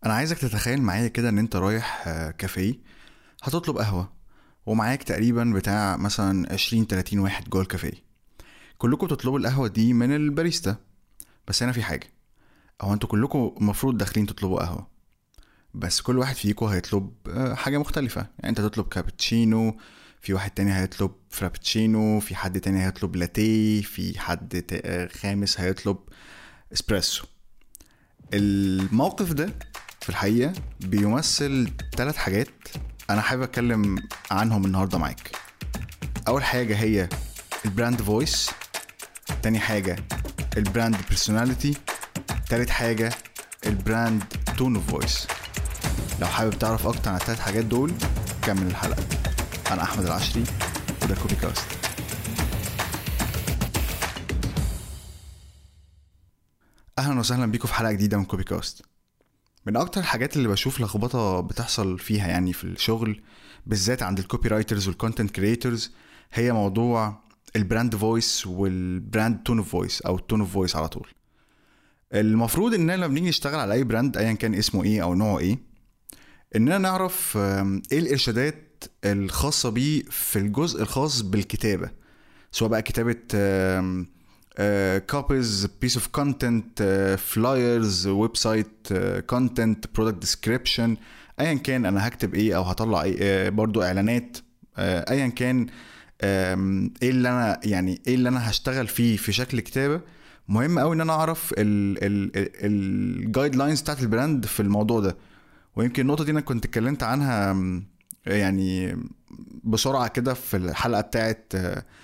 انا عايزك تتخيل معايا كده ان انت رايح كافيه، هتطلب قهوة ومعاك تقريبا بتاع مثلا 20-30 واحد جوه الكافيه. كلكم بتطلبوا القهوة دي من الباريستا. بس هنا في حاجة، هو انتوا كلكم المفروض داخلين تطلبوا قهوة، بس كل واحد فيكم هيطلب حاجة مختلفة. يعني انت تطلب كابتشينو، في واحد تاني هيطلب فرابتشينو، في حد تاني هيطلب لاتيه، في حد خامس هيطلب اسبريسو. الموقف ده في الحقيقة بيمثل 3 حاجات أنا حابب أتكلم عنهم النهاردة معاك. أول حاجة هي البراند فويس، تاني حاجة البراند بيرسوناليتي، تالت حاجة البراند تون اوف فويس. لو حابب تعرف أكتر عن ال3 حاجات دول كمل الحلقة. أنا أحمد العشري وده كوبي كاست. أهلا وسهلا بيكم في حلقة جديدة من كوبي كاست. من اكتر الحاجات اللي بشوف لخبطه بتحصل فيها يعني في الشغل، بالذات عند الكوبي رايترز والكونتنت كرييترز، هي موضوع البراند فويس والبراند تون اوف فويس او التون اوف فويس على طول. المفروض اننا لما بنيجي نشتغل على اي براند ايا كان اسمه ايه او نوعه ايه، اننا نعرف ايه الارشادات الخاصه بيه في الجزء الخاص بالكتابه، سواء بقى كتابه كوبيز، بيس اوف كونتنت، فلايرز، ويب سايت كونتنت، برودكت ديسكريبشن، ايا كان انا هكتب ايه او هطلع ايه، برضو اعلانات، ايا كان ايه اللي انا يعني ايه اللي انا هشتغل فيه في شكل كتابه. مهم قوي ان انا اعرف الجايد لاينز بتاعت البراند في الموضوع ده. ويمكن النقطه دي انا كنت اتكلمت عنها يعني بسرعه كده في الحلقه بتاعت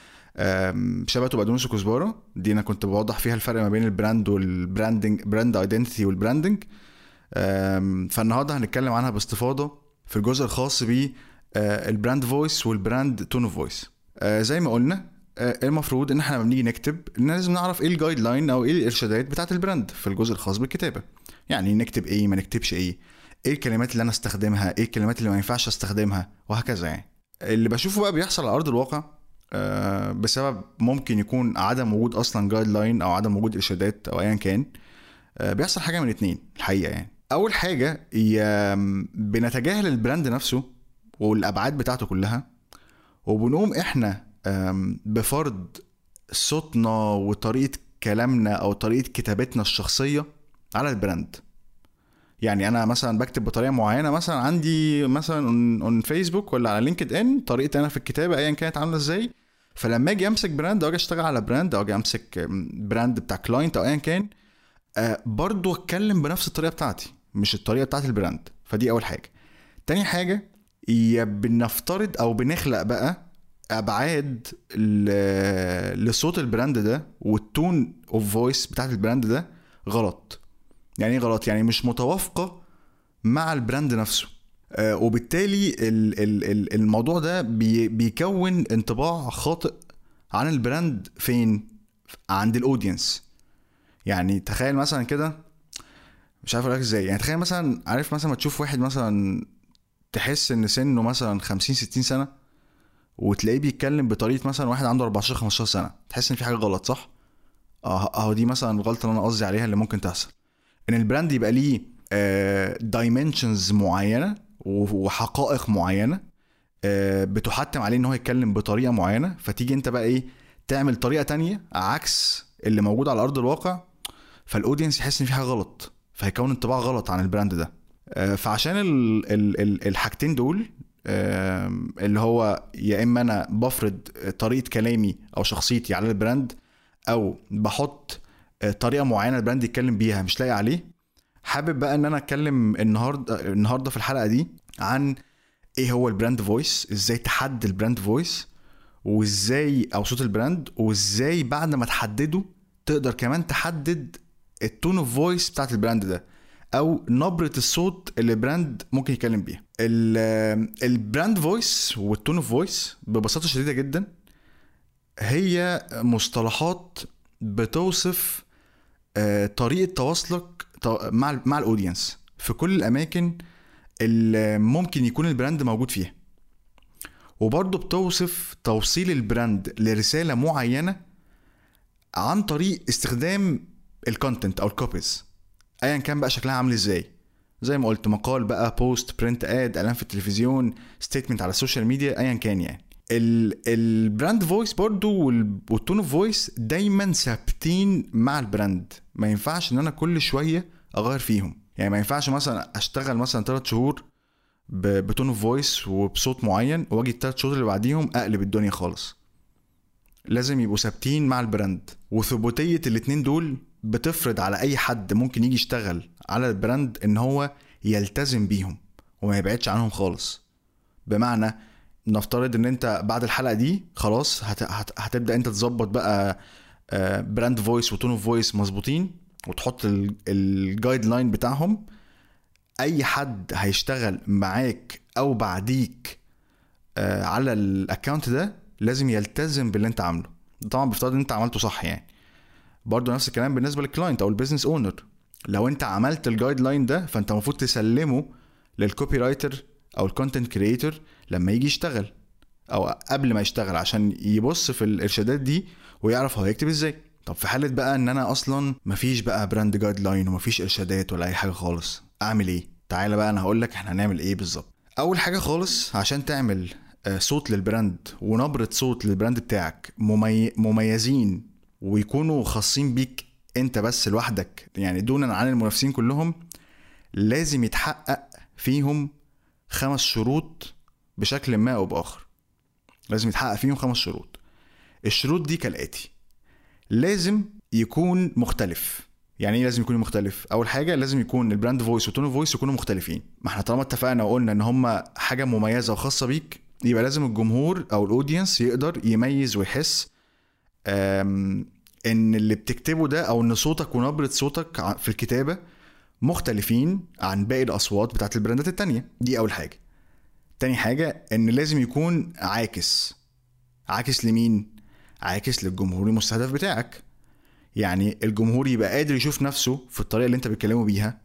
شبت وبقدونس وكزبره دي. انا كنت بوضح فيها الفرق ما بين البراند والبراندنج، براند ايدنتيتي والبراندنج. فالنهارده هنتكلم عنها باستفاضه في الجزء الخاص ب البراند فويس والبراند تون اوف فويس. زي ما قلنا، المفروض ان احنا لما بنيجي نكتب لازم نعرف ايه الجايد لاين او ايه الارشادات بتاعه البراند في الجزء الخاص بالكتابه. يعني نكتب ايه، ما نكتبش ايه، ايه الكلمات اللي انا استخدمها، ايه الكلمات اللي ما ينفعش استخدمها، وهكذا. يعني اللي بشوفه بقى بيحصل على ارض الواقع بسبب ممكن يكون عدم وجود اصلا جايد لاين او عدم وجود ارشادات او ايا كان. بيحصل حاجه من اتنين الحقيقه. يعني اول حاجه هي بنتجاهل البراند نفسه والابعاد بتاعته كلها، وبنقوم احنا بفرض صوتنا وطريقه كلامنا او طريقه كتابتنا الشخصيه على البراند. يعني انا مثلا بكتب بطريقه معينه، مثلا عندي مثلا اون فيسبوك ولا على لينكد ان طريقتي انا في الكتابه ايا كانت عامله ازاي. فلما اجي امسك براند او اجي اشتغل على براند او اجي امسك براند بتاع كلاينت او ايا كان، برضو اتكلم بنفس الطريقه بتاعتي مش الطريقه بتاعت البراند. فدي اول حاجه. تاني حاجه هي بنفترض او بنخلق بقى ابعاد لصوت البراند ده والتون اوف فويس بتاعت البراند ده غلط. يعني ايه غلط؟ يعني مش متوافقه مع البراند نفسه. وبالتالي الموضوع ده بيكون انطباع خاطئ عن البراند فين؟ عند الاودينس. يعني تخيل مثلا كده، مش عارف اقولك ازاي، يعني تخيل مثلا، عارف مثلا ما تشوف واحد مثلا تحس ان سنه مثلا 50-60 سنة وتلاقيه بيتكلم بطريقة مثلا واحد عنده 14-15 سنة، تحس ان في حاجة غلط، صح؟ اهو دي مثلا الغلطة اللي انا قصدي عليها اللي ممكن تحصل، ان البراند يبقى ليه دايمنشنز معينه وحقائق معينه بتحتم عليه ان هو يتكلم بطريقه معينه، فتيجي انت بقى ايه تعمل طريقه تانية عكس اللي موجود على ارض الواقع، فالاودينس يحس ان في حاجه غلط، فهيكون انطباع غلط عن البراند ده. فعشان الحاجتين دول، اللي هو يا اما انا بفرض طريقه كلامي او شخصيتي على البراند، او بحط طريقه معينه البراند يتكلم بيها مش لاقي عليه. حابب بقى ان انا اتكلم النهارده في الحلقه دي عن ايه هو البراند فويس، ازاي تحدد البراند فويس، وازاي او صوت البراند، وازاي بعد ما تحدده تقدر كمان تحدد التون اوف فويس بتاعت البراند ده او نبره الصوت اللي البراند ممكن يتكلم بيها. البراند فويس والتون اوف فويس ببساطه شديده جدا هي مصطلحات بتوصف طريقه تواصلك مع الاودينس في كل الاماكن اللي ممكن يكون البراند موجود فيها، وبرضه بتوصف توصيل البراند لرساله معينه عن طريق استخدام الكونتنت او الكوبيز ايا كان بقى شكلها عامل ازاي. زي ما قلت، مقال بقى، بوست، برنت اد، اعلان في التلفزيون، ستيتمنت على السوشيال ميديا، ايا كان يعني. البراند فويس برضو والتون اوف فويس دايما ثابتين مع البراند. ما ينفعش ان انا كل شويه اغير فيهم. يعني ما ينفعش مثلا اشتغل مثلا 3 شهور بتون اوف فويس وبصوت معين، واجي ال3 شهور اللي بعديهم اقلب الدنيا خالص. لازم يبقوا ثابتين مع البراند. وثبوتيه الاتنين دول بتفرض على اي حد ممكن يجي يشتغل على البراند ان هو يلتزم بيهم وما يبعدش عنهم خالص. بمعنى نفترض ان انت بعد الحلقه دي خلاص هتبدا انت تظبط بقى براند فويس وتون اوف فويس مظبوطين، وتحط الجايد لاين بتاعهم. اي حد هيشتغل معاك او بعديك على الاكونت ده لازم يلتزم باللي انت عامله. طبعا بفترض ان انت عملته صح يعني. برضو نفس الكلام بالنسبه للكلاينت او البيزنس اونر. لو انت عملت الجايد لاين ده فانت المفروض تسلمه للكوبي رايتر او الكونتنت كرييتور لما يجي يشتغل، او قبل ما يشتغل، عشان يبص في الارشادات دي ويعرف هو هيكتب ازاي. طب في حاله بقى ان انا اصلا مفيش بقى براند جايد لاين ومفيش ارشادات ولا اي حاجه خالص، اعمل ايه؟ تعالى بقى انا هقول لك احنا هنعمل ايه بالظبط. اول حاجه خالص عشان تعمل صوت للبراند ونبره صوت للبراند بتاعك مميزين ويكونوا خاصين بيك انت بس لوحدك، يعني دونا عن المنافسين كلهم، لازم يتحقق فيهم 5 شروط بشكل ما او باخر. لازم يتحقق فيهم 5 شروط. الشروط دي كالاتي: لازم يكون مختلف. يعني ايه لازم يكون مختلف؟ اول حاجه لازم يكون البراند فويس وتون فويس يكونوا مختلفين. ما احنا طالما اتفقنا وقلنا ان هم حاجه مميزه وخاصه بيك، يبقى لازم الجمهور او الاودينس يقدر يميز ويحس ان اللي بتكتبه ده او ان صوتك ونبره صوتك في الكتابه مختلفين عن باقي الاصوات بتاعت البراندات التانية. دي اول حاجه. تاني حاجه ان لازم يكون عاكس لمين؟ عاكس للجمهور المستهدف بتاعك. يعني الجمهور يبقى قادر يشوف نفسه في الطريقه اللي انت بتكلمه بيها.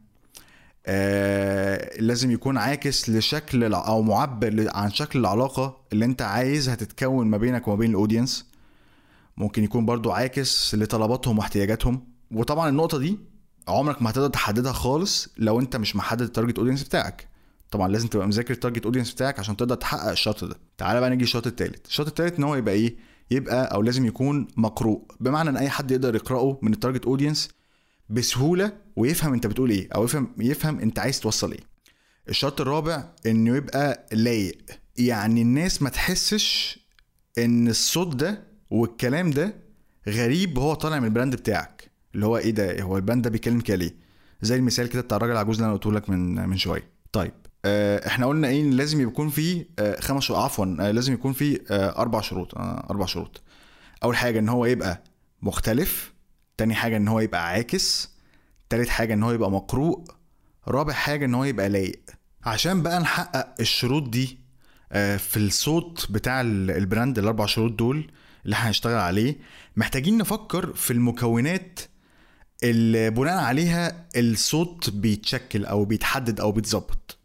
لازم يكون عاكس لشكل او معبر عن شكل العلاقه اللي انت عايزها تتكون ما بينك وما بين الاودينس. ممكن يكون برضو عاكس لطلباتهم واحتياجاتهم. وطبعا النقطه دي عمرك ما هتقدر تحددها خالص لو انت مش محدد التارجت اودينس بتاعك. طبعا لازم تبقى مذاكر التارجت اودينس بتاعك عشان تقدر تحقق الشرط ده. تعالى بقى نيجي الشرط الثالث. الشرط الثالث ان هو يبقى ايه؟ يبقى او لازم يكون مقروء، بمعنى ان اي حد يقدر يقراه من التارجت اودينس بسهوله ويفهم انت بتقول ايه، او يفهم انت عايز توصل ايه. الشرط الرابع انه يبقى لايق، يعني الناس ما تحسش ان الصوت ده والكلام ده غريب وهو طالع من البراند بتاعك، اللي هو ايه ده، هو البراند ده بيتكلم كده ليه؟ زي المثال كده بتاع الراجل العجوز اللي انا قلته لك من شويه. طيب احنا قلنا ايه؟ لازم يكون فيه 5 شروط، عفوا لازم يكون فيه 4 شروط. 4 شروط. اول حاجه ان هو يبقى مختلف. تاني حاجه ان هو يبقى عاكس. تالت حاجه ان هو يبقى مقروء. رابع حاجه ان هو يبقى لايق. عشان بقى نحقق الشروط دي في الصوت بتاع البراند، ال4 شروط دول اللي احنا هنشتغل عليه، محتاجين نفكر في المكونات اللي بناء عليها الصوت بيتشكل او بيتحدد او بيتظبط.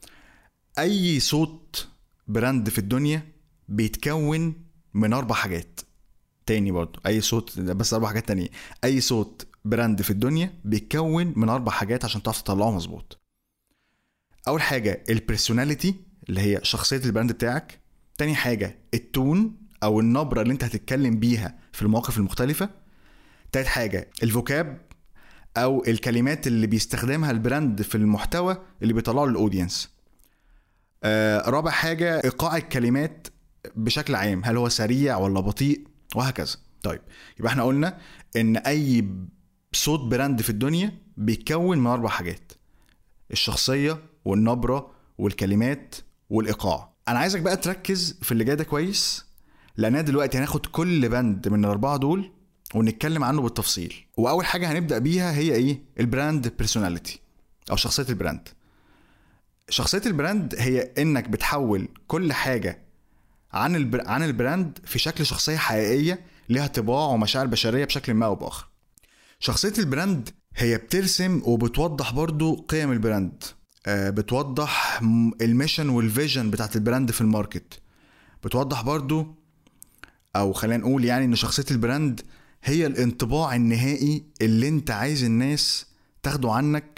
اي صوت براند في الدنيا بيتكون من 4 حاجات. تاني برضو، اي صوت، بس 4 حاجات تانية. اي صوت براند في الدنيا بيتكون من 4 حاجات عشان تعرف تطلعه مظبوط. اول حاجة البرسوناليتي اللي هي شخصية البراند بتاعك. تاني حاجة التون او النبرة اللي انت هتتكلم بيها في المواقف المختلفة. تالت حاجة الفوكاب او الكلمات اللي بيستخدمها البراند في المحتوى اللي بيطلعه للاودينس. رابع حاجة ايقاع الكلمات بشكل عام، هل هو سريع ولا بطيء، وهكذا. طيب يبقى احنا قلنا ان اي صوت براند في الدنيا بيتكون من 4 حاجات: الشخصية والنبرة والكلمات والايقاع. انا عايزك بقى تركز في اللي جاي ده كويس، لان دلوقتي هناخد كل بند من ال4 دول ونتكلم عنه بالتفصيل. واول حاجة هنبدأ بيها هي ايه؟ البراند بيرسوناليتي او شخصية البراند. شخصية البراند هي انك بتحول كل حاجة عن البراند في شكل شخصية حقيقية لها طباع ومشاعر بشرية بشكل ما او باخر. شخصية البراند هي بترسم وبتوضح برضو قيم البراند، بتوضح الميشن والفيجن بتاعت البراند في الماركت. بتوضح برضو، او خلينا نقول يعني ان شخصية البراند هي الانطباع النهائي اللي انت عايز الناس تاخده عنك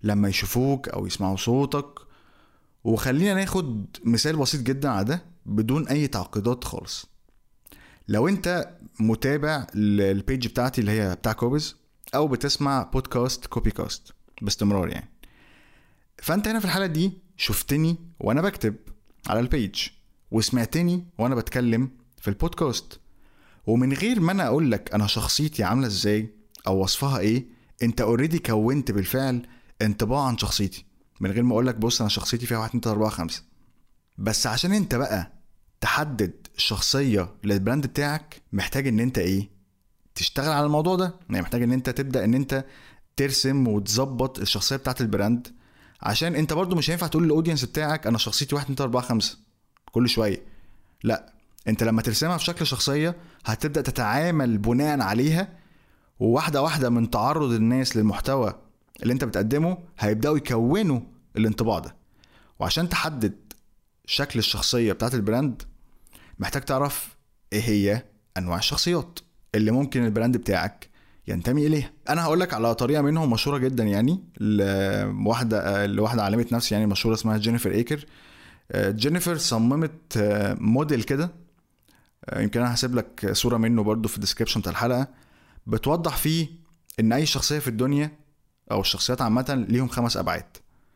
لما يشوفوك او يسمعوا صوتك. وخلينا ناخد مثال بسيط جدا على ده بدون اي تعقيدات خالص. لو انت متابع للبيج بتاعتي اللي هي بتاع كوبز، او بتسمع بودكاست كوبي كاست باستمرار يعني، فانت هنا في الحالة دي شفتني وانا بكتب على البيج، وسمعتني وانا بتكلم في البودكاست، ومن غير ما انا اقول لك انا شخصيتي عاملة ازاي او وصفها ايه، انت اوريدي كونت بالفعل انطباع عن شخصيتي من غير ما اقول لك بص انا شخصيتي فيها 1 2 3 4 5. بس عشان انت بقى تحدد شخصية للبراند بتاعك، محتاج ان انت ايه، تشتغل على الموضوع ده. يعني محتاج ان انت تبدأ ان انت ترسم وتظبط الشخصية بتاعت البراند، عشان انت برضو مش هينفع تقول للاودينس بتاعك انا شخصيتي 1 2 3 4 5 كل شوية. لا، انت لما ترسمها في شكل شخصية هتبدأ تتعامل بناء عليها، وواحدة واحدة من تعرض الناس للمحتوى اللي انت بتقدمه هيبدأوا يكونوا الانطباع ده. وعشان تحدد شكل الشخصية بتاعت البراند، محتاج تعرف ايه هي انواع الشخصيات اللي ممكن البراند بتاعك ينتمي اليها. انا هقولك على طريقة منهم مشهورة جدا، يعني لواحدة عالمة نفس يعني مشهورة اسمها جينيفر ايكر. جينيفر صممت موديل كده، يمكن انا هسيب لك صورة منه برضو في الديسكريبشن بتاع الحلقة، بتوضح فيه ان اي شخصية في الدنيا او الشخصيات عامة ليهم 5 ابعاد.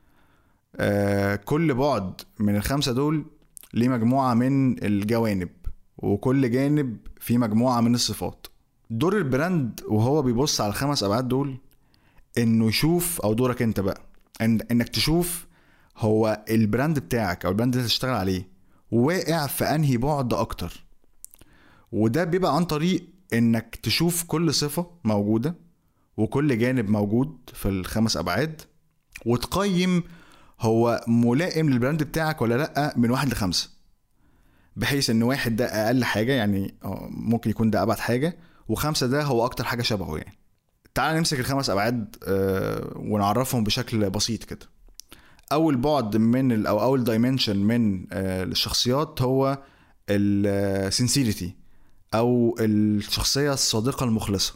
كل بعد من ال5 دول ليه مجموعة من الجوانب، وكل جانب فيه مجموعة من الصفات. دور البراند وهو بيبص على ال5 ابعاد دول انه يشوف، او دورك انت بقى انك تشوف هو البراند بتاعك او البراند اللي تشتغل عليه واقع في انهي بعد اكتر. وده بيبقى عن طريق انك تشوف كل صفة موجودة وكل جانب موجود في ال5 ابعاد، وتقيم هو ملائم للبراند بتاعك ولا لأ من 1 ل5، بحيث ان 1 ده اقل حاجة يعني ممكن يكون ده ابعد حاجة، و5 ده هو اكتر حاجة شبهه يعني. تعال نمسك ال5 ابعاد ونعرفهم بشكل بسيط كده. اول بعد من او اول دايمنشن من الشخصيات هو السنسيريتي او الشخصية الصادقة المخلصة.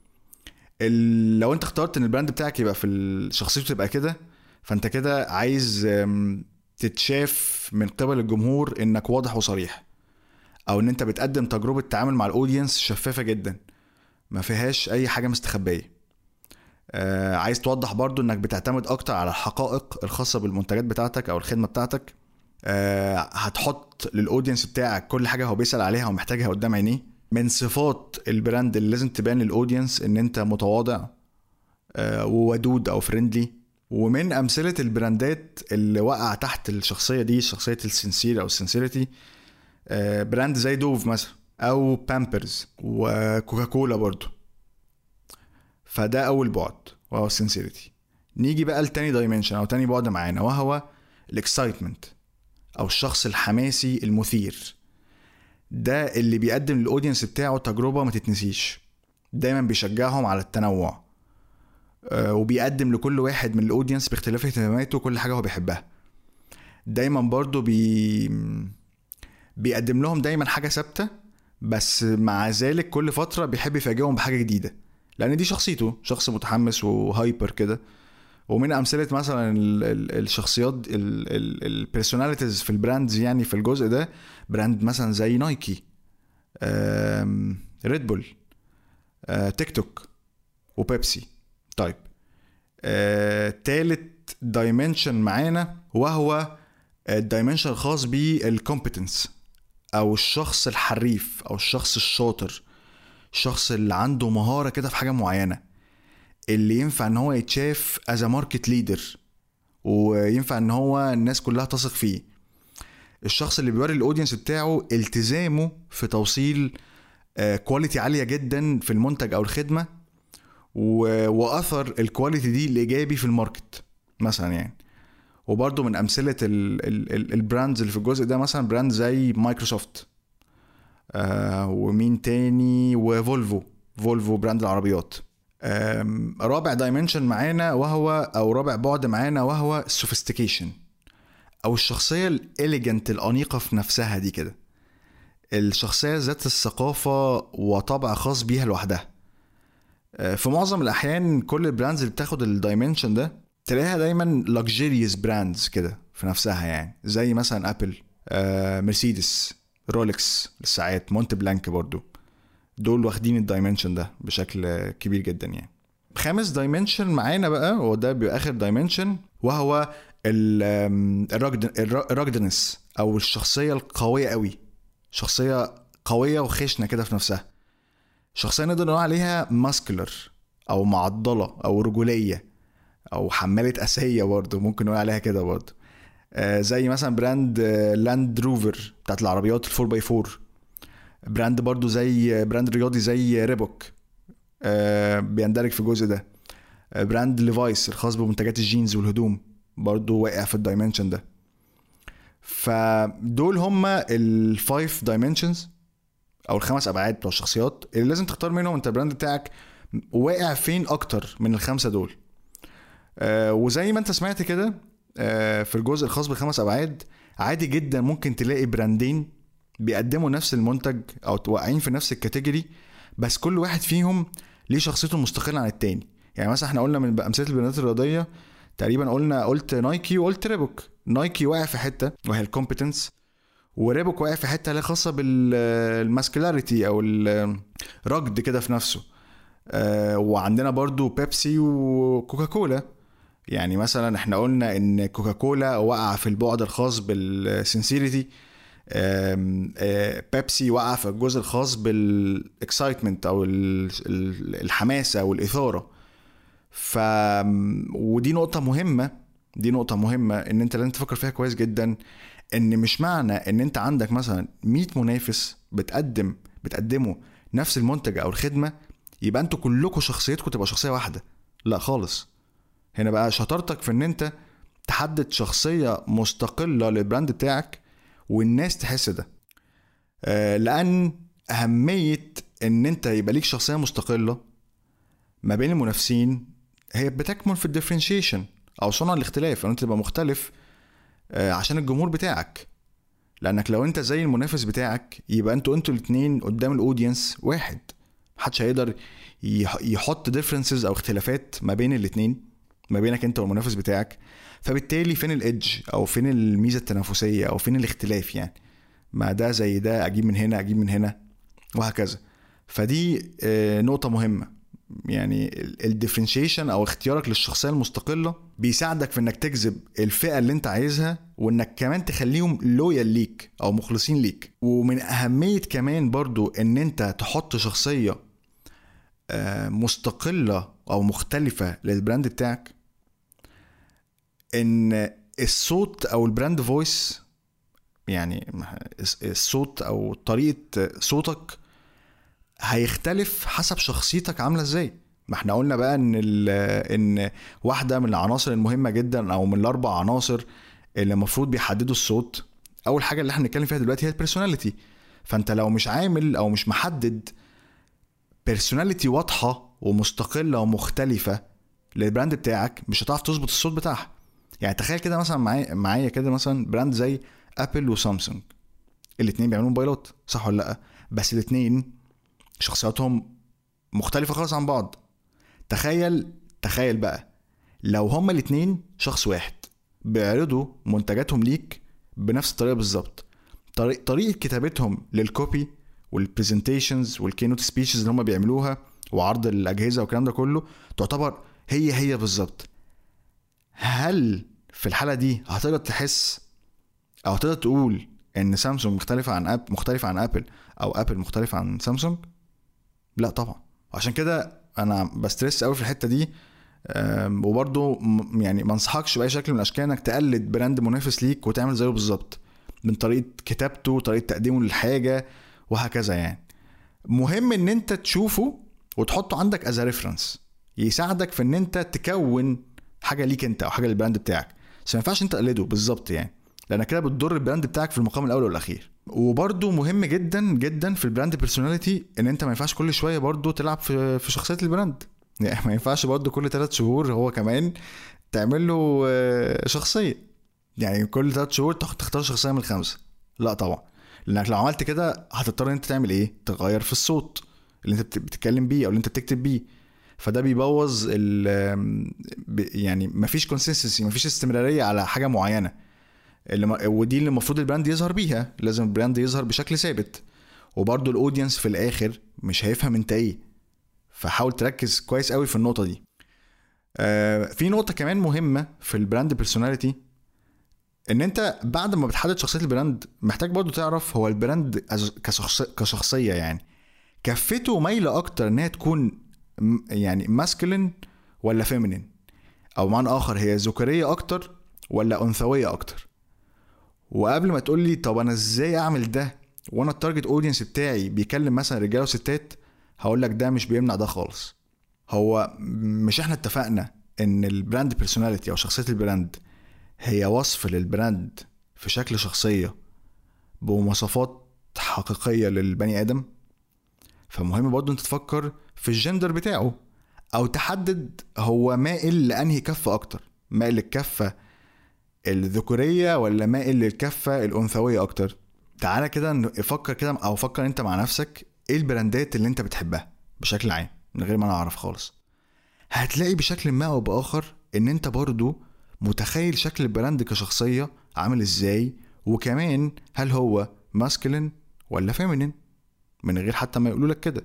لو انت اخترت ان البراند بتاعك يبقى في الشخصية تبقى كده، فانت كده عايز تتشاف من قبل الجمهور انك واضح وصريح، او ان انت بتقدم تجربة تعامل مع الاودينس شفافة جدا ما فيهاش اي حاجة مستخبية. عايز توضح برضو انك بتعتمد اكتر على الحقائق الخاصة بالمنتجات بتاعتك او الخدمة بتاعتك. هتحط للاودينس بتاعك كل حاجة هو بيسأل عليها ومحتاجها قدام عينيه. من صفات البراند اللي لازم تبان للاودينس ان انت متواضع وودود او فريندلي. ومن امثله البراندات اللي وقع تحت الشخصيه دي، شخصيه السنسير او السنسيريتي، براند زي دوف مثلا او بامبرز وكوكاكولا برضو. فده اول بعد وهو السنسيريتي. نيجي بقى لتاني دايمنشن او تاني بعد معانا، وهو الاكسايتمنت او الشخص الحماسي المثير. ده اللي بيقدم للاودينس بتاعه تجربه ما تتنسيش، دايما بيشجعهم على التنوع، وبيقدم لكل واحد من الاودينس باختلاف اهتماماته كل حاجه هو بيحبها. دايما برضو بيقدم لهم دايما حاجه ثابته، بس مع ذلك كل فتره بيحب يفاجئهم بحاجه جديده، لان دي شخصيته، شخص متحمس وهايبر كده. ومن امثله مثلا الشخصيات البيرسوناليتيز في البراندز، يعني في الجزء ده براند مثلا زي نايكي، ريد بول، تيك توك، وبيبسي. طيب تالت دايمنشن معانا وهو الدايمنشن الخاص بالكومبتنس او الشخص الحريف او الشخص الشاطر، الشخص اللي عنده مهارة كده في حاجة معينة، اللي ينفع ان هو يتشاف as a market leader وينفع ان هو الناس كلها تثق فيه. الشخص اللي بيوري الاودينس بتاعه التزامه في توصيل كواليتي عالية جدا في المنتج او الخدمة، واثر الكواليتي دي الايجابي في الماركت مثلا يعني. وبرضو من امثله البراندز اللي في الجزء ده مثلا براند زي مايكروسوفت، ومين تاني، وفولفو براند العربيات. رابع دايمنشن معانا وهو او رابع بعد معانا وهو السوفيستيكيشن او الشخصيه الاليجنت الانيقه في نفسها دي كده، الشخصيه ذات الثقافه وطبع خاص بيها لوحدها. في معظم الاحيان كل البراندز اللي بتاخد الدايمنشن ده تلاقيها دايما luxurious brands كده في نفسها، يعني زي مثلا ابل، مرسيدس، رولكس للساعات، مونت بلانك برضو. دول واخدين الدايمنشن ده بشكل كبير جدا يعني. خامس دايمنشن معانا بقى، وده بيبقى اخر دايمنشن، وهو الراجدنس او الشخصيه القويه قوي. شخصيه قويه وخشنه كده في نفسها. شخصيه نقدر نقول عليها ماسكولر او معضله او رجوليه او حماله اسيه برضه، ممكن نقول عليها كده برضه. زي مثلا براند لاند روفر بتاعت العربيات الفور باي فور. براند برضه زي براند رياضي زي ريبوك، بيندرج في الجزء ده. براند ليفايس الخاص بمنتجات الجينز والهدوم برضه واقع في الدايمنشن ده. فدول هما الفايف دايمنشنز او الخمس ابعاد بتوع الشخصيات اللي لازم تختار منهم انت البراند بتاعك واقع فين اكتر من الخمسه دول. وزي ما انت سمعت كده في الجزء الخاص بالخمس ابعاد، عادي جدا ممكن تلاقي براندين بيقدموا نفس المنتج او واقعين في نفس الكاتيجوري، بس كل واحد فيهم ليه شخصيته مستقله عن التاني. يعني مثلا احنا قلنا من امثله البراندات الرياضيه تقريبا قلت نايكي وقلت ريبوك. نايكي واقع في حته وهي الكومبتنس، وريبوك واقع في حته اللي خاصه بالماسكولاريتي او الرجد كده في نفسه. وعندنا برضو بيبسي وكوكاكولا. يعني مثلا احنا قلنا ان كوكاكولا وقع في البعد الخاص بالسنسيريتي، بيبسي وقع في الجزء الخاص بالاكسايتمنت او الحماسه والاثاره. ودي نقطه مهمه، ان انت لازم تفكر فيها كويس جدا، ان مش معنى ان انت عندك مثلا 100 منافس بتقدموا نفس المنتج او الخدمه يبقى انتوا كلكم شخصيتكم تبقى شخصيه واحده. لا خالص. هنا بقى شطارتك في ان انت تحدد شخصيه مستقله للبراند بتاعك والناس تحس ده. لان اهميه ان انت يبقى ليك شخصيه مستقله ما بين المنافسين هي بتكمن في الديفرنشيشن او صنع الاختلاف، ان انت تبقى مختلف عشان الجمهور بتاعك. لانك لو انت زي المنافس بتاعك يبقى انتوا الاتنين قدام الاودينس واحد، محدش هيقدر يحط ديفرنسز او اختلافات ما بين الاتنين، ما بينك انت والمنافس بتاعك. فبالتالي فين الادج او فين الميزه التنافسيه او فين الاختلاف؟ يعني ما ده زي ده، اجيب من هنا اجيب من هنا وهكذا. فدي نقطه مهمه. يعني الديفرنشيشن او اختيارك للشخصيه المستقله بيساعدك في انك تجذب الفئه اللي انت عايزها، وانك كمان تخليهم لويال ليك او مخلصين ليك. ومن اهميه كمان برضو ان انت تحط شخصيه مستقله او مختلفه للبراند بتاعك، ان الصوت او البراند فويس، يعني الصوت او طريقه صوتك هيختلف حسب شخصيتك عامله ازاي. ما احنا قلنا بقى ان واحده من العناصر المهمه جدا او من الاربع عناصر اللي المفروض بيحددوا الصوت، اول حاجه اللي احنا بنتكلم فيها دلوقتي هي البيرسوناليتي. فانت لو مش عامل او مش محدد بيرسوناليتي واضحه ومستقله ومختلفه للبراند بتاعك، مش هتعرف تظبط الصوت بتاعها. يعني تخيل كده مثلا معايا كده مثلا براند زي ابل وسامسونج، الاتنين بيعملوا موبايلات صح ولا لا؟ بس الاتنين شخصياتهم مختلفة خالص عن بعض. تخيل بقى لو هما الاتنين شخص واحد بيعرضوا منتجاتهم ليك بنفس الطريقة بالظبط، طريقة كتابتهم للكوبي والبرزنتيشنز والكينوت سبيشز اللي هما بيعملوها وعرض الأجهزة والكلام ده كله تعتبر هي بالظبط، هل في الحالة دي هتقدر تحس او هتقدر تقول ان سامسونج مختلفة عن ابل او ابل مختلفة عن سامسونج؟ لا طبعا. عشان كده انا بسترس قوي في الحتة دي. وبرضو يعني ما انصحكش باي شكل من الاشكال انك تقلد براند منافس ليك وتعمل زيه بالظبط من طريقة كتابته، طريقة تقديمه للحاجة وهكذا. يعني مهم ان انت تشوفه وتحطه عندك از ريفرنس، يساعدك في ان انت تكون حاجة ليك انت او حاجة للبراند بتاعك. بس ما ينفعش انت تقلده بالظبط، يعني لان كده بتضر البراند بتاعك في المقام الاول والاخير. وبرضو مهم جدا جدا في البراند بيرسوناليتي ان انت ما ينفعش كل شويه برضو تلعب في شخصيه البراند. يعني ما ينفعش برضو كل 3 شهور هو كمان تعمل له شخصيه، يعني كل 3 شهور تختار شخصيه من 5. لا طبعا، لانك لو عملت كده هتضطر انت تعمل ايه؟ تغير في الصوت اللي انت بتتكلم بيه او اللي انت بتكتب بيه. فده بيبوظ يعني مفيش كونسيستنسي، مفيش استمراريه على حاجه معينه، ودي اللي المفروض البراند يظهر بيها. لازم البراند يظهر بشكل ثابت، وبرضو الاودينس في الاخر مش هيفهم انت ايه. فحاول تركز كويس قوي في النقطه دي. في نقطه كمان مهمه في البراند بيرسوناليتي، ان انت بعد ما بتحدد شخصيه البراند محتاج برضو تعرف هو البراند كشخصيه يعني كفته مايله اكتر انها تكون يعني ماسكلين ولا فيمينين، او معنى اخر هي ذكوريه اكتر ولا انثويه اكتر. وقبل ما تقول لي طب انا ازاي اعمل ده وانا التارجت اودينس بتاعي بيكلم مثلا رجاله وستات، هقول لك ده مش بيمنع ده خالص. هو مش احنا اتفقنا ان البراند بيرسوناليتي او شخصيه البراند هي وصف للبراند في شكل شخصيه بمواصفات حقيقيه للبني ادم؟ فمهم برضو انت تفكر في الجندر بتاعه، او تحدد هو مائل لانهي كفه اكتر، مائل للكفه الذكوريه ولا مائل للكفه الانثويه اكتر. تعالى كده افكر كده، او فكر انت مع نفسك ايه البراندات اللي انت بتحبها بشكل عام من غير ما انا اعرف خالص. هتلاقي بشكل ما او باخر ان انت برضو متخيل شكل البراند كشخصيه عامل ازاي، وكمان هل هو ماسكلين ولا فيمينين من غير حتى ما يقولوا لك كده.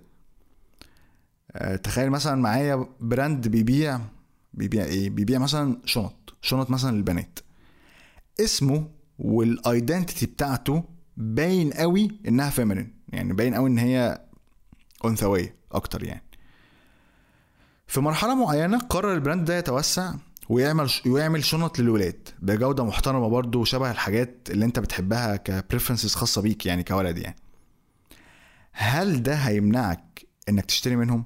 تخيل مثلا معايا براند بيبيع ايه، بيبيع مثلا شنط مثلا للبنات، اسمه والايدنتيتي بتاعته باين قوي انها فيمينين، يعني باين قوي ان هي انثويه اكتر. يعني في مرحله معينه قرر البراند ده يتوسع ويعمل شنط للولاد بجوده محترمه برضو، وشبه الحاجات اللي انت بتحبها كبريفرنسز خاصه بيك يعني كولد. يعني هل ده هيمنعك انك تشتري منهم؟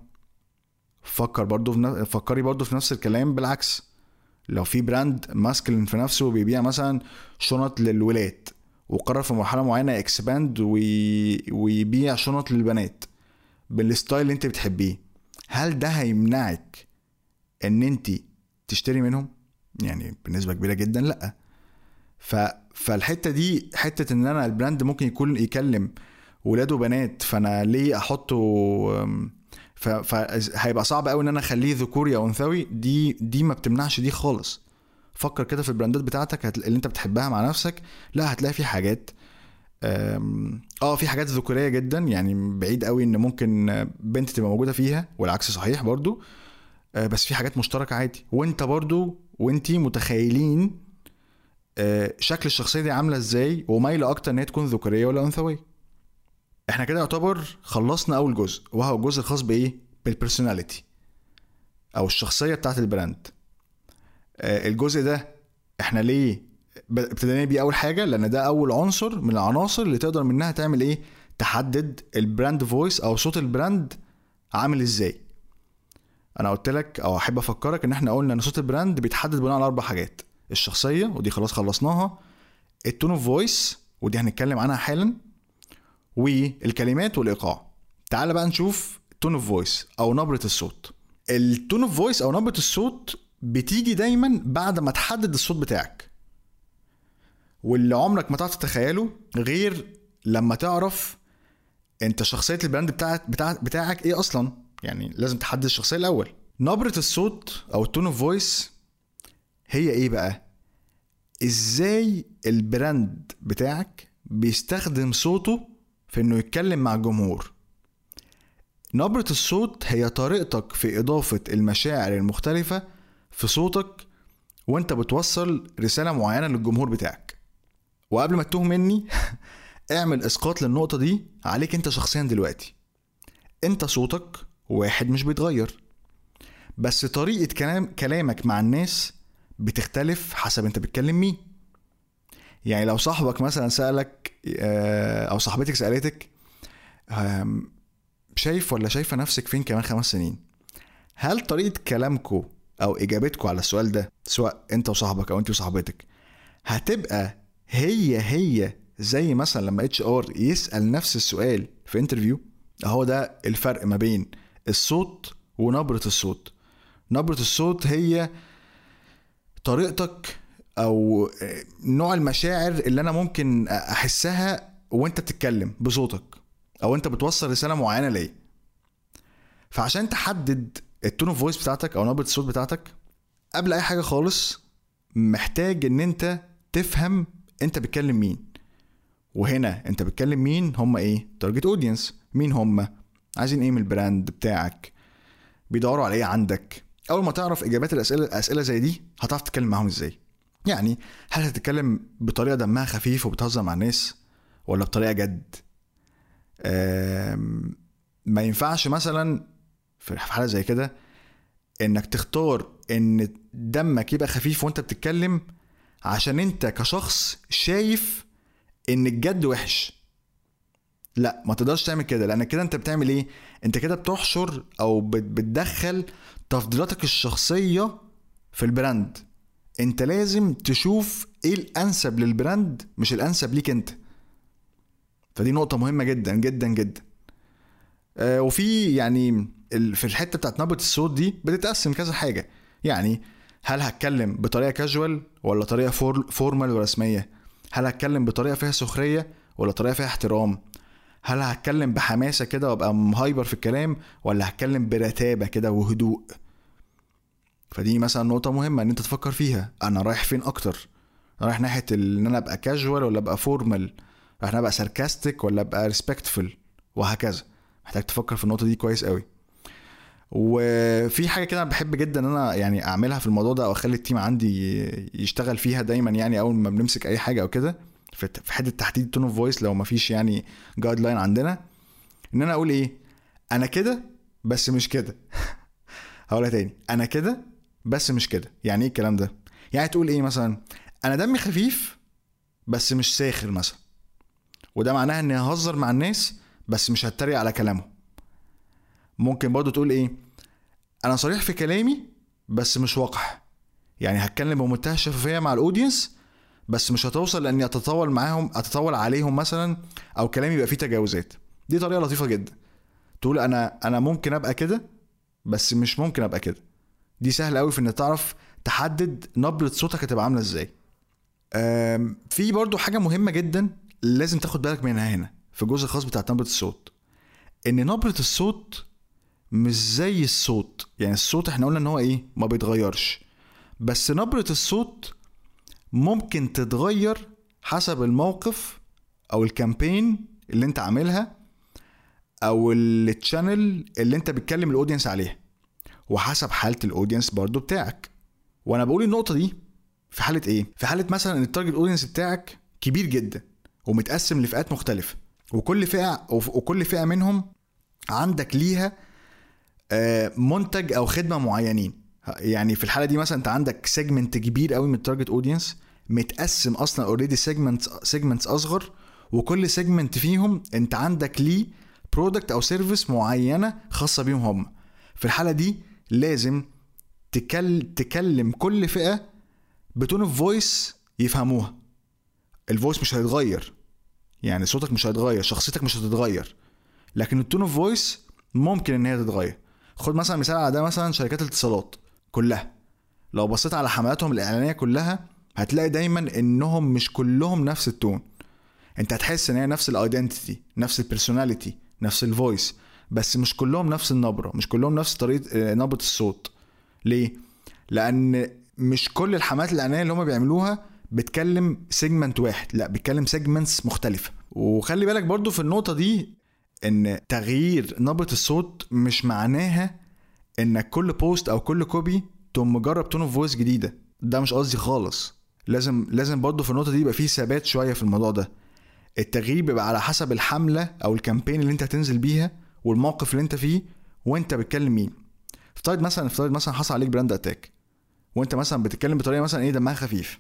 فكري برضو في نفس الكلام بالعكس. لو في براند ماسكلين في نفسه وبيبيع مثلا شنط للولاد، وقرر في مرحله معينه اكسباند ويبيع شنط للبنات بالستايل اللي انت بتحبيه، هل ده هيمنعك ان انت تشتري منهم؟ يعني بنسبه كبيره جدا لا. فالحته دي حته ان انا البراند ممكن يكون يكلم ولاد وبنات، فانا ليه احطه فهيبقى صعب قوي ان انا اخليه ذكوري او انثوي. دي ما بتمنعش دي خالص. فكر كده في البراندات بتاعتك اللي انت بتحبها مع نفسك، لا هتلاقي في حاجات في حاجات ذكوريه جدا، يعني بعيد قوي ان ممكن بنت تبقى موجوده فيها والعكس صحيح برضو. بس في حاجات مشتركه عادي، وانت برضو وانتي متخيلين شكل الشخصيه دي عامله ازاي ومايله اكتر ان هي تكون ذكوريه ولا انثويه. احنا كده يعتبر خلصنا اول جزء، وهو الجزء الخاص بايه، بالبرسوناليتي او الشخصيه بتاعت البراند. الجزء ده احنا ليه ابتدينا بيه؟ اول حاجه لان ده اول عنصر من العناصر اللي تقدر منها تعمل ايه، تحدد البراند فويس او صوت البراند عامل ازاي. انا قلت لك او احب افكرك ان احنا قلنا ان صوت البراند بيتحدد بناء على 4 حاجات: الشخصيه ودي خلاص خلصناها، التون اوف فويس ودي هنتكلم عنها حالا، والكلمات والايقاع. تعال بقى نشوف التون اوف فويس او نبره الصوت. التون اوف فويس او نبره الصوت بتيجي دايما بعد ما تحدد الصوت بتاعك، واللي عمرك ما تعرف تتخيله غير لما تعرف انت شخصيه البراند بتاعك ايه اصلا. يعني لازم تحدد الشخصيه الاول. نبره الصوت او التون اوف فويس هي ايه بقى؟ ازاي البراند بتاعك بيستخدم صوته في انه يتكلم مع الجمهور. نبرة الصوت هي طريقتك في اضافة المشاعر المختلفة في صوتك وانت بتوصل رسالة معينة للجمهور بتاعك. وقبل ما تتوه مني اعمل اسقاط للنقطة دي عليك انت شخصيا دلوقتي. انت صوتك واحد مش بيتغير، بس طريقة كلامك مع الناس بتختلف حسب انت بتكلم مين. يعني لو صاحبك مثلا سألك او صاحبتك سألتك شايف ولا شايفة نفسك فين كمان 5 سنين، هل طريقة كلامكو او اجابتكو على السؤال ده سواء انت وصاحبك او انت وصاحبتك هتبقى هي زي مثلا لما HR يسأل نفس السؤال في انترفيو؟ اهو ده الفرق ما بين الصوت ونبرة الصوت. نبرة الصوت هي طريقتك او نوع المشاعر اللي انا ممكن احسها وانت بتتكلم بصوتك او انت بتوصل رسالة معينة ليه. فعشان تحدد التون اوف فويس بتاعتك او نبرة الصوت بتاعتك قبل اي حاجة خالص محتاج ان انت تفهم انت بتكلم مين. وهنا انت بتكلم مين، هم ايه تارجت اودينس، مين هم، عايزين ايه من البراند بتاعك، بيدوروا على ايه عندك. اول ما تعرف اجابات الاسئله زي دي هتعرف تتكلم معاهم ازاي. يعني هل هتتكلم بطريقه دمها خفيف وبتهزر مع الناس ولا بطريقه جد. ما ينفعش مثلا في حاله زي كده انك تختار ان دمك يبقى خفيف وانت بتتكلم عشان انت كشخص شايف ان الجد وحش. لا، ما تقدرش تعمل كده، لان كده انت بتعمل ايه، انت كده بتحشر او بتدخل تفضيلاتك الشخصية في البراند. انت لازم تشوف ايه الانسب للبراند مش الانسب ليك انت. فدي نقطة مهمة جدا جدا جدا. وفي يعني في الحتة بتاعت نبرة الصوت دي بتتقسم كذا حاجة. يعني هل هتكلم بطريقة كاجوال ولا طريقة فورمال ورسمية، هل هتكلم بطريقة فيها سخرية ولا طريقة فيها احترام، هل هتكلم بحماسة كده وابقى مهايبر في الكلام ولا هتكلم برتابة كده وهدوء. فدي مثلا نقطة مهمة ان انت تفكر فيها، انا رايح فين اكتر، رايح ناحية ان انا ابقى كاجوال ولا ابقى فورمال، رايح ابقى ساركاستيك ولا ابقى ريسبكتفul، وهكذا. محتاج تفكر في النقطة دي كويس قوي. وفي حاجة كده بحب جدا ان انا يعني اعملها في الموضوع ده او اخلي التيم عندي يشتغل فيها دايما، يعني اول ما بنمسك اي حاجة او كده في حته تحديد تون اوف فويس، لو ما فيش يعني جايد لاين عندنا، ان انا اقول ايه، انا كده بس مش كده. هقولها تاني، انا كده بس مش كده. يعني ايه الكلام ده؟ يعني تقول ايه مثلا، انا دمي خفيف بس مش ساخر مثلا، وده معناها اني ههزر مع الناس بس مش هتريق على كلامهم. ممكن برضو تقول ايه، انا صريح في كلامي بس مش وقح، يعني هتكلم بمنتهى الشفافيه مع الاودينس بس مش هتوصل لاني اتطول عليهم مثلا او كلامي يبقى فيه تجاوزات. دي طريقه لطيفه جدا. تقول انا ممكن ابقى كده بس مش ممكن ابقى كده. دي سهله قوي في ان تعرف تحدد نبره صوتك هتبقى عامله ازاي. في برضو حاجه مهمه جدا لازم تاخد بالك منها هنا في الجزء الخاص بتاع نبره الصوت، ان نبره الصوت مش زي الصوت. يعني الصوت احنا قلنا ان هو ايه، ما بيتغيرش، بس نبره الصوت ممكن تتغير حسب الموقف او الكامبين اللي انت عاملها او التشانل اللي انت بتكلم الاودينس عليها، وحسب حالة الاودينس برضو بتاعك. وانا بقول النقطة دي في حالة ايه، في حالة مثلا ان التارجت اودينس بتاعك كبير جدا ومتقسم لفئات مختلفة، وكل فئة منهم عندك ليها منتج او خدمة معينين. يعني في الحالة دي مثلا انت عندك سيجمنت كبير قوي من التارجت اودينس متقسم اصلا اوريدي سيجمنتس اصغر، وكل سيجمنت فيهم انت عندك ليه برودكت او سيرفيس معينة خاصة بيهم هم. في الحالة دي لازم تكلم كل فئة بتون اوف فويس يفهموها. الفويس مش هيتغير، يعني صوتك مش هيتغير، شخصيتك مش هتتغير، لكن التون اوف فويس ممكن ان هي تتغير. خد مثلا مثال على ده، مثلا شركات الاتصالات كلها لو بصيت على حملاتهم الاعلانيه كلها هتلاقي دايما انهم مش كلهم نفس التون. انت هتحس ان هي نفس الايدنتيتي، نفس البيرسوناليتي، نفس الفويس، بس مش كلهم نفس النبره، مش كلهم نفس طريقه نبره الصوت. ليه؟ لان مش كل الحملات الاعلانيه اللي هم بيعملوها بتكلم سيجمنت واحد، لا بتكلم سيجمنتس مختلفه. وخلي بالك برضو في النقطه دي ان تغيير نبره الصوت مش معناها انك كل بوست او كل كوبي تقوم مجرب تون اوف فويس جديده. ده مش قصدي خالص. لازم برضو في النقطه دي يبقى فيه ثبات شويه في الموضوع ده. التغيير بيبقى على حسب الحمله او الكامبين اللي انت هتنزل بيها والموقف اللي انت فيه وانت بتكلم مين. افترض مثلا حصل عليك براند اتاك وانت مثلا بتتكلم بطريقه مثلا ايه دمها خفيف،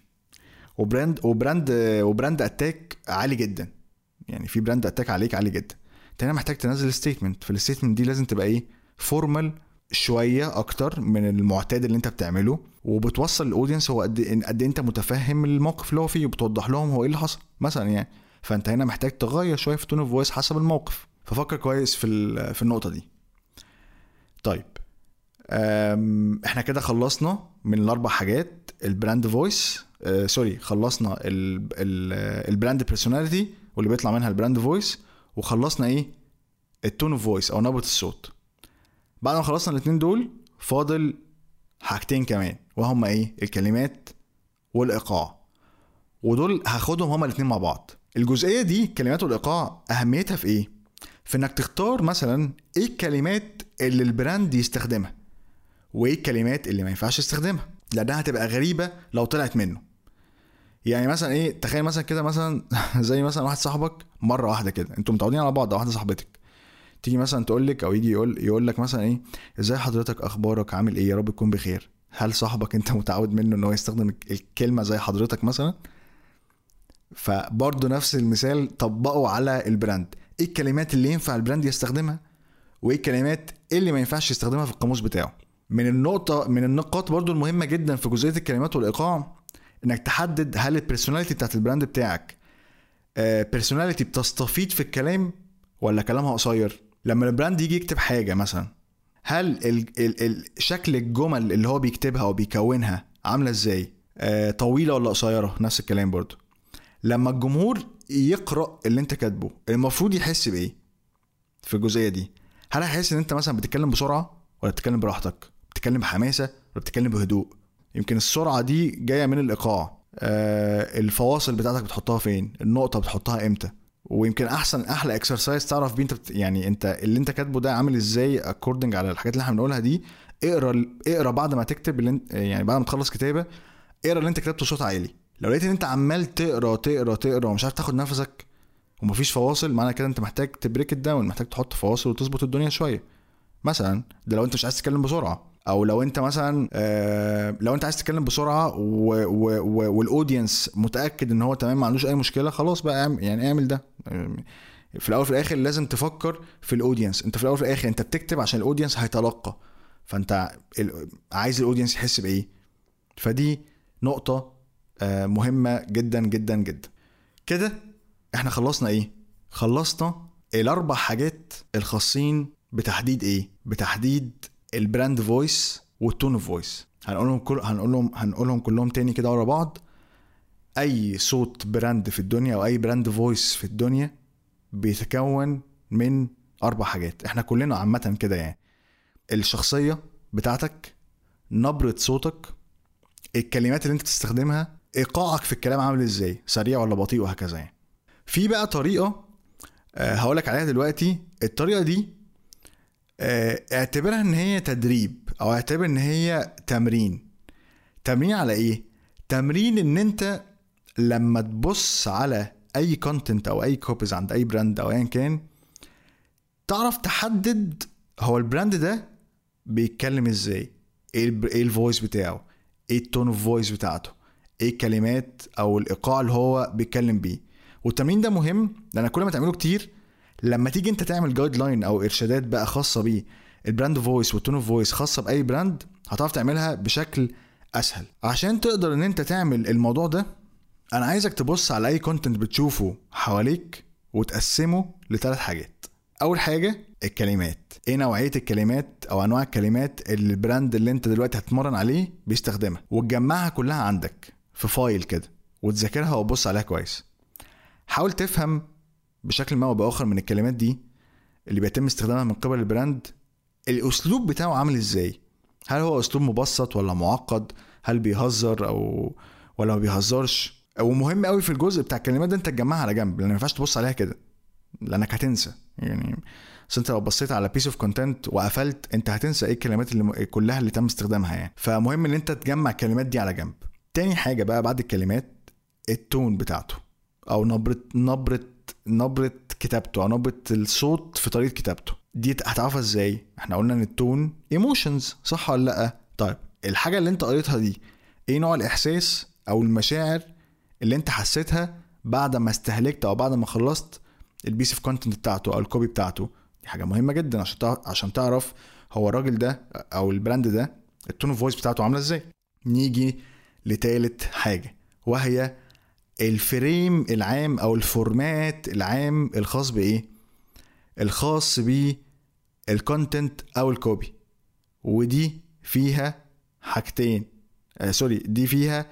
وبراند اتاك عالي جدا، يعني في براند اتاك عليك عالي جدا. انت هنا محتاج تنزل ستيتمنت، في الستيتمنت دي لازم تبقى ايه، فورمال شويه اكتر من المعتاد اللي انت بتعمله، وبتوصل الاودينس هو قد انت متفهم الموقف اللي هو فيه، وبتوضح لهم هو ايه اللي حصل مثلا يعني. فانت هنا محتاج تغير شويه في تون اوف فويس حسب الموقف. ففكر كويس في النقطه دي. طيب احنا كده خلصنا من الاربع حاجات، البراند فويس خلصنا البراند بيرسوناليتي واللي بيطلع منها البراند فويس، وخلصنا ايه، التون اوف فويس او نبرة الصوت. بعد ما خلصنا الاثنين دول فاضل حاجتين كمان، وهم ايه؟ الكلمات والايقاع. ودول هاخدهم هما الاثنين مع بعض. الجزئيه دي الكلمات والايقاع اهميتها في ايه؟ في انك تختار مثلا ايه الكلمات اللي البراند يستخدمها وايه الكلمات اللي ما ينفعش يستخدمها، لانها هتبقى غريبه لو طلعت منه. يعني مثلا ايه، تخيل مثلا كده مثلا زي مثلا واحد صاحبك مره واحده كده، انتوا متعودين على بعض، واحده صاحبتك تيجي مثلا تقول لك، او يجي يقول لك مثلا ايه، ازاي حضرتك، اخبارك، عامل ايه، يا رب تكون بخير. هل صاحبك انت متعود منه ان هو يستخدم الكلمه زي حضرتك مثلا؟ فبرضه نفس المثال طبقه على البراند. ايه الكلمات اللي ينفع البراند يستخدمها وايه الكلمات اللي ما ينفعش يستخدمها في القاموس بتاعه. من النقاط برضه المهمه جدا في جزئيه الكلمات والايقاع انك تحدد هل البيرسوناليتي بتاعت البراند بتاعك بيرسوناليتي بتستفيد في الكلام ولا كلامها قصير. لما البراند يجي يكتب حاجه مثلا، هل شكل الجمل اللي هو بيكتبها او بيكونها عامله ازاي، طويله ولا قصيره. نفس الكلام برضو لما الجمهور يقرا اللي انت كاتبه المفروض يحس بايه في الجزئيه دي. هل هيحس ان انت مثلا بتتكلم بسرعه ولا بتتكلم براحتك، بتتكلم بحماسه ولا بتتكلم بهدوء. يمكن السرعه دي جايه من الايقاع، الفواصل بتاعتك بتحطها فين، النقطه بتحطها امتى. ويمكن احلى اكسرسايز تعرف بيه انت يعني انت اللي انت كاتبه ده عامل ازاي اكوردنج على الحاجات اللي احنا بنقولها دي. اقرا بعد ما تكتب اللي انت، يعني بعد ما تخلص كتابه اقرا اللي انت كتبته بصوت عالي. لو لقيت ان انت عمال تقرا ومش عارف تاخد نفسك ومفيش فواصل، معنى كده انت محتاج تبريك الداون، محتاج تحط فواصل وتظبط الدنيا شويه مثلا. ده لو انت مش عايز تتكلم بسرعه، او لو انت مثلا لو انت عايز تتكلم بسرعه والاودينس متاكد ان هو تمام ما عندوش اي مشكله، خلاص بقى يعني اعمل ده. في الاول في الاخر لازم تفكر في الاودينس. انت في الاول في الاخر انت بتكتب عشان الاودينس هيتلقى، فانت عايز الاودينس يحس بايه. فدي نقطه مهمه جدا جدا جدا. كده احنا خلصنا ايه؟ خلصنا الاربع حاجات الخاصين بتحديد ايه؟ بتحديد البراند فويس والتون اوف فويس. هنقولهم كلهم تاني كده ورا بعض. اي صوت براند في الدنيا او اي براند فويس في الدنيا بيتكون من 4 حاجات. احنا كلنا عامه كده يعني. الشخصيه بتاعتك، نبره صوتك، الكلمات اللي انت تستخدمها، ايقاعك في الكلام عامل ازاي، سريع ولا بطيء، وهكذا يعني. في بقى طريقه هقولك عليها دلوقتي. الطريقه دي اعتبرها ان هي تدريب، او اعتبر ان هي تمرين على ايه؟ تمرين ان انت لما تبص على اي كونتنت او اي كوبيز عند اي براند او ايا كان، تعرف تحدد هو البراند ده بيتكلم ازاي، ايه الفويس بتاعه، ايه التون اوف فويس بتاعته، ايه الكلمات او الايقاع اللي هو بيتكلم بيه. والتمرين ده مهم لان كل ما تعمله كتير، لما تيجي انت تعمل جايد لاين او ارشادات بقى خاصه بيه البراند فويس والتون اوف فويس خاصه باي براند، هتعرف تعملها بشكل اسهل. عشان تقدر ان انت تعمل الموضوع ده، انا عايزك تبص على اي كونتنت بتشوفه حواليك وتقسمه ل3 حاجات. اول حاجه الكلمات، ايه نوعيه الكلمات او انواع الكلمات اللي البراند اللي انت دلوقتي هتمرن عليه بيستخدمها، وتجمعها كلها عندك في فايل كده وتذاكرها وتبص عليها كويس. حاول تفهم بشكل ما وبآخر من الكلمات دي اللي بيتم استخدامها من قبل البراند الاسلوب بتاعه عامل ازاي. هل هو اسلوب مبسط ولا معقد، هل بيهزر او ولا ما بيهزرش. ومهم قوي في الجزء بتاع الكلمات ده انت تجمعها على جنب، لان ما ينفعش تبص عليها كده لانك هتنسى. يعني بس انت لو بصيت على بيس اوف كونتنت وقفلت، انت هتنسى ايه الكلمات اللي كلها اللي تم استخدامها يعني. فمهم ان انت تجمع الكلمات دي على جنب. تاني حاجه بقى بعد الكلمات، التون بتاعته او نبره كتابته او نبره الصوت في طريقه كتابته. دي هتعرفها ازاي؟ احنا قلنا ان التون ايموشنز، صح ولا لا؟ طيب الحاجه اللي انت قريتها دي ايه نوع الاحساس او المشاعر اللي انت حسيتها بعد ما استهلكت او بعد ما خلصت البيس اوف كونتنت بتاعته او الكوبي بتاعته؟ دي حاجه مهمه جدا عشان تعرف هو الراجل ده او البراند ده التون اوف فويس بتاعته عامله ازاي. نيجي لثالث حاجه، وهي الفريم العام او الفورمات العام الخاص بايه؟ الخاص بالكونتنت او الكوبي. ودي فيها حاجتين، دي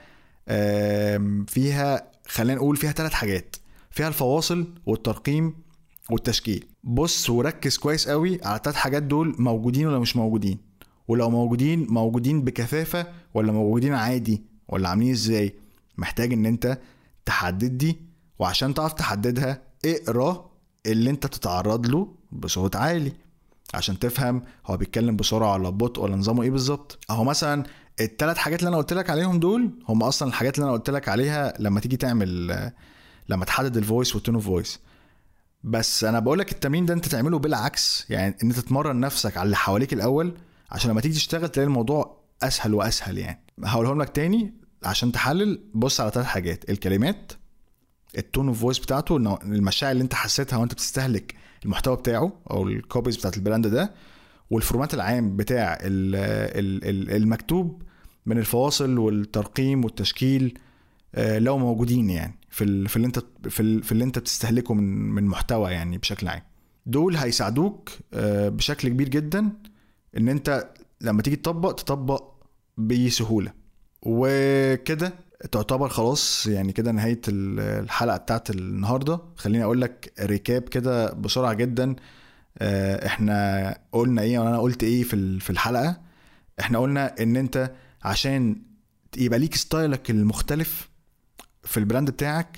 فيها خلينا نقول فيها 3 حاجات. فيها الفواصل والترقيم والتشكيل. بص وركز كويس قوي على 3 حاجات دول موجودين ولا مش موجودين، ولو موجودين بكثافة ولا موجودين عادي ولا عاملين ازاي. محتاج ان انت تحدد دي، وعشان تعرف تحددها اقرأ اللي انت تتعرض له بصوت عالي عشان تفهم هو بيتكلم بسرعة ولا ببطء ولا نظامه ايه بالظبط. اهو مثلا الثلاث حاجات اللي انا قلت لك عليهم دول هم اصلا الحاجات اللي انا قلت لك عليها لما تيجي تعمل، لما تحدد الفويس والتون اوف فويس. بس انا بقول لك التمرين ده انت تعمله بالعكس، يعني ان انت تتمرن نفسك على اللي حواليك الاول عشان لما تيجي تشتغل تلاقي الموضوع اسهل واسهل. يعني هقولهم لك تاني عشان تحلل. بص على 3 حاجات: الكلمات، التون اوف فويس بتاعته، المشاعر اللي انت حسيتها وانت بتستهلك المحتوى بتاعه او الكوبيز بتاعت البراند ده، والفورمات العام بتاع المكتوب من الفواصل والترقيم والتشكيل لو موجودين يعني في اللي انت بتستهلكه من محتوى يعني بشكل عام. دول هيساعدوك بشكل كبير جدا ان انت لما تيجي تطبق بسهولة. وكده تعتبر خلاص يعني كده نهاية الحلقة بتاعت النهاردة. خليني اقول لك ريكاب كده بسرعة جدا. احنا قلنا ايه وانا قلت ايه في الحلقة. احنا قلنا ان انت عشان يبقى ليك ستايلك المختلف في البراند بتاعك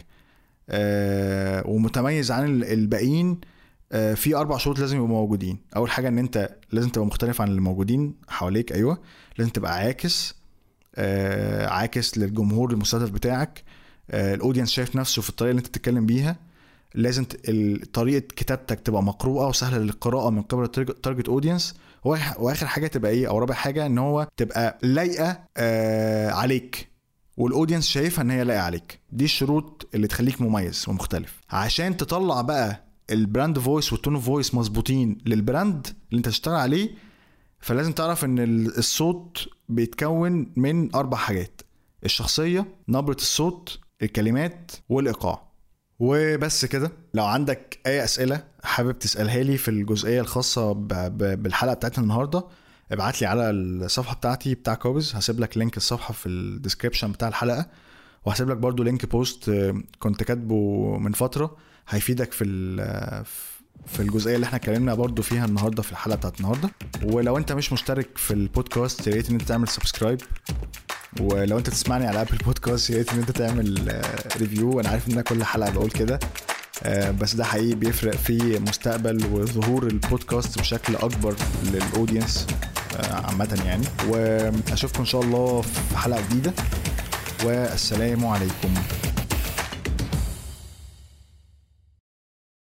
ومتميز عن الباقيين، في 4 شروط لازم يبقوا موجودين. اول حاجة ان انت لازم تبقى مختلف عن اللي موجودين حواليك. ايوه، لازم تبقى عاكس للجمهور المستهدف بتاعك. الاودينس شايف نفسه في الطريقة اللي انت بتتكلم بيها. لازم طريقة كتابتك تبقى مقروءة وسهلة للقراءة من قبل التارجت اودينس. واخر حاجة تبقى ايه، او رابع حاجة، ان هو تبقى لايقة عليك والاودينس شايفها ان هي لايقة عليك. دي الشروط اللي تخليك مميز ومختلف. عشان تطلع بقى البراند فويس والتون اوف فويس مظبوطين للبراند اللي انت تشتغل عليه، فلازم تعرف ان الصوت بيتكون من 4 حاجات: الشخصية، نبرة الصوت، الكلمات، والإيقاع. وبس كده. لو عندك اي اسئلة حابب تسألها لي في الجزئية الخاصة بالحلقة بتاعتنا النهاردة، ابعت لي على الصفحة بتاعتي بتاع كوبز. هسيب لك لينك الصفحة في الديسكريبشن بتاع الحلقة، وهسيب لك برضو لينك بوست كنت كاتبه من فترة هيفيدك في الجزئية اللي احنا اتكلمنا برضو فيها النهاردة في الحلقة بتاعت النهاردة. ولو انت مش مشترك في البودكاست يا ريت ان انت تعمل سبسكرايب، ولو انت تسمعني على ابل بودكاست يا ريت ان انت تعمل ريفيو. انا عارف ان انا كل حلقة بقول كده، بس ده حقيقي بيفرق في مستقبل وظهور البودكاست بشكل اكبر للاودينس عامة يعني. واشوفكم ان شاء الله في حلقة جديدة، والسلام عليكم.